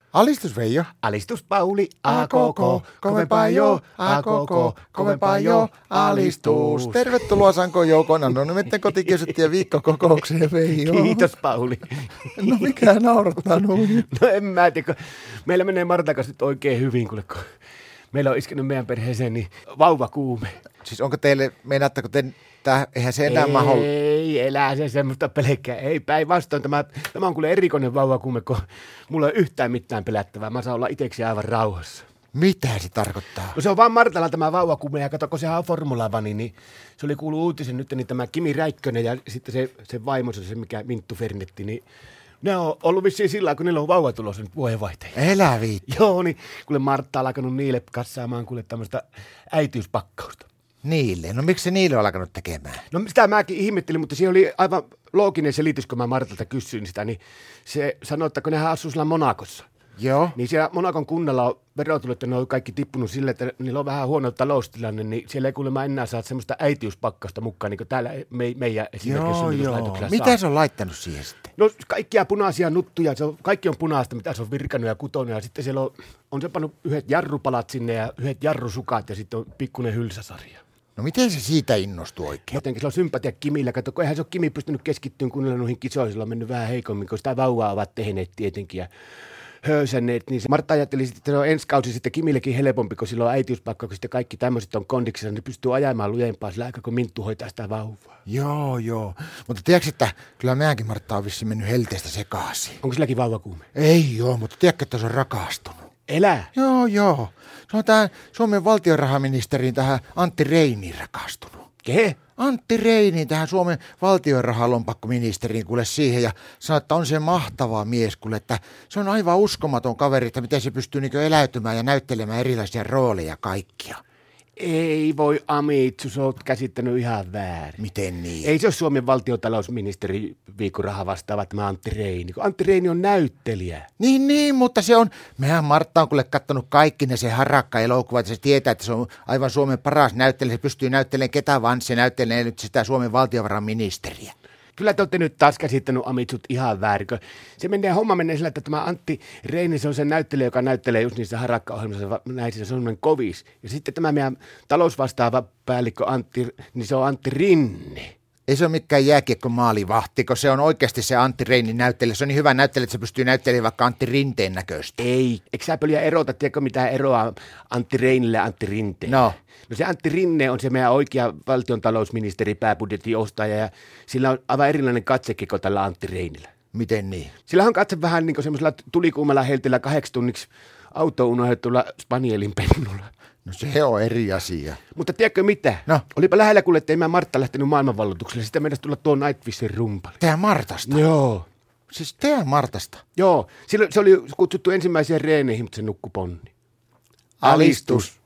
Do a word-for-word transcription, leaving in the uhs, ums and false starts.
Alistus Veijo. Alistus Pauli, a koko, kovempaa jo, a koko, kovempaa jo, alistus. Tervetuloa Sanko Joukon anonymitten kotikiusattujen viikkokokoukseen, Veijo. Kiitos Pauli. No mikä naurattaa noin? No en mä tiedä, meillä menee Martan kanssa nyt oikein hyvin, kuule, kun meillä on iskenyt meidän perheeseen niin vauvakuume. Siis onko teille, meinaatteko te, tää, eihän se enää mahdoll... Ei, elää se semmoista pelkkää, ei päinvastoin. Tämä, tämä on kuule erikoinen vauvakuume, kun mulla ei ole yhtään mitään pelättävää. Mä saan olla itseksi aivan rauhassa. Mitä se tarkoittaa? No se on vaan Martalla tämä vauvakuume, ja kato, kun sehän on formulavani, niin se oli kuullut uutisen nyt, niin tämä Kimi Räikkönen ja sitten se, se vaimonsa, se mikä Minttu Fernetti, niin ne on ollut vissiin sillä kun niillä on vauva tulossa nyt vuodenvaihteen. Elä viitti. Joo, niin kuule Martta on alkanut niille kassaamaan kuule tämmöistä äitiyspakkausta. Niille? No miksi se niille on alkanut tekemään? No sitä mäkin ihmettelin, mutta siinä oli aivan looginen selitys, kun mä Martalta kysyin sitä, niin se sanoi, että kun nehän asuu siellä Monakossa. Joo. Niin siellä Monakon kunnalla on verotulot, ja ne on kaikki tippunut silleen, että niillä on vähän huono taloustilanne, niin siellä ei kuulemma enää saa semmoista äitiyspakkausta mukaan, niin kuin täällä me, meidän esimerkiksi synnytyslaitoksella saa. Mitä se on laittanut siihen sitten? No kaikkia punaisia nuttuja, se on, kaikki on punaista, mitä se on virkannut ja kutonut, ja sitten siellä on, on se pannut yhdet jarrupalat sinne ja yhdet jarrusukat, ja sitten on pikkuinen hylsäsarja. No miten se siitä innostui oikein? Jotenkin se on sympatia Kimillä. Kato, kun eihän se ole Kimi pystynyt keskittymään kuunnella noihin kisoihin. Sillä on mennyt vähän heikommin, kun sitä vauvaa ovat tehneet tietenkin ja höysänneet. Niin se Martta ajatteli sitten, että se on ensi kausi sitten Kimillekin helpompi, kun sillä on äitiyspakkaukset ja kaikki tämmöiset on kondiksessa. Niin pystyy ajamaan lujempaa sillä aikaa, kun Minttu hoitaa sitä vauvaa. Joo, joo. Mutta tiedätkö, että kyllä meidänkin Martta on vissiin mennyt helteestä sekaisin. Onko silläkin vauvakuume? Ei joo, mutta tiedätkö, että se on rakastunut? Elää? Joo, joo. Se on tähän Suomen valtionrahaministeriin tähän Antti Reiniin rakastunut. Kehe? Antti Reiniin tähän Suomen valtionrahalompakkoministeriin kuule siihen ja sanoi, että on se mahtava mies kuule, että se on aivan uskomaton kaveri, että miten se pystyy niin eläytymään ja näyttelemään erilaisia rooleja kaikkia. Ei voi Amitsu, sä oot käsittänyt ihan väärin. Miten niin? Ei se ole Suomen valtiotalousministeri viikkoraha vastaava tämä Antti Reini, kun Antti Reini on näyttelijä. Niin, niin, mutta se on, mehän Martta on kuule kattonut kaikki ne se Harakka-elokuvat, se tietää, että se on aivan Suomen paras näyttelijä, se pystyy näyttelemään ketä vaan, se näyttelee nyt sitä Suomen valtiovarainministeriä. Kyllä te olette nyt taas käsittänyt Amitsut ihan väärin. Se menee, homma menee sillä, että tämä Antti Reini, se on se näyttelijä, joka näyttelee just niissä Harakka-ohjelmissa, näissä se on semmoinen kovis. Ja sitten tämä meidän talousvastaava päällikkö Antti, niin se on Antti Rinne. Ei se ole mikään jääkiekko maalivahti, kun se on oikeasti se Antti Reinin näyttelijä. Se on niin hyvä näyttelijä, että se pystyy näyttelemään vaikka Antti Rinteen näköistä. Ei, eikö sä pöliä erota, tiedätkö mitä eroa Antti Reinille ja Antti Rinteen? No. No se Antti Rinne on se meidän oikea valtiontalousministeri, pääbudjetin ostaja ja sillä on aivan erilainen katsekiko tällä Antti Reinillä. Miten niin? Sillä on katse vähän niin kuin semmoisella tulikuumalla heiltillä kahdeksi tunniksi autoon unohdettulla Spanielin pennulla. No se on eri asia. Mutta tiedätkö mitä? No. Olipa lähellä kuule, että ei mä Martta lähtenyt maailmanvalloitukselle. Sitten meidän tulla tuo Nightwishin rumpali. Tehän Martasta? Joo. Siis tehän Martasta? Joo. Silloin se oli kutsuttu ensimmäiseen reeneihin, mutta se nukkui ponni. Alistus.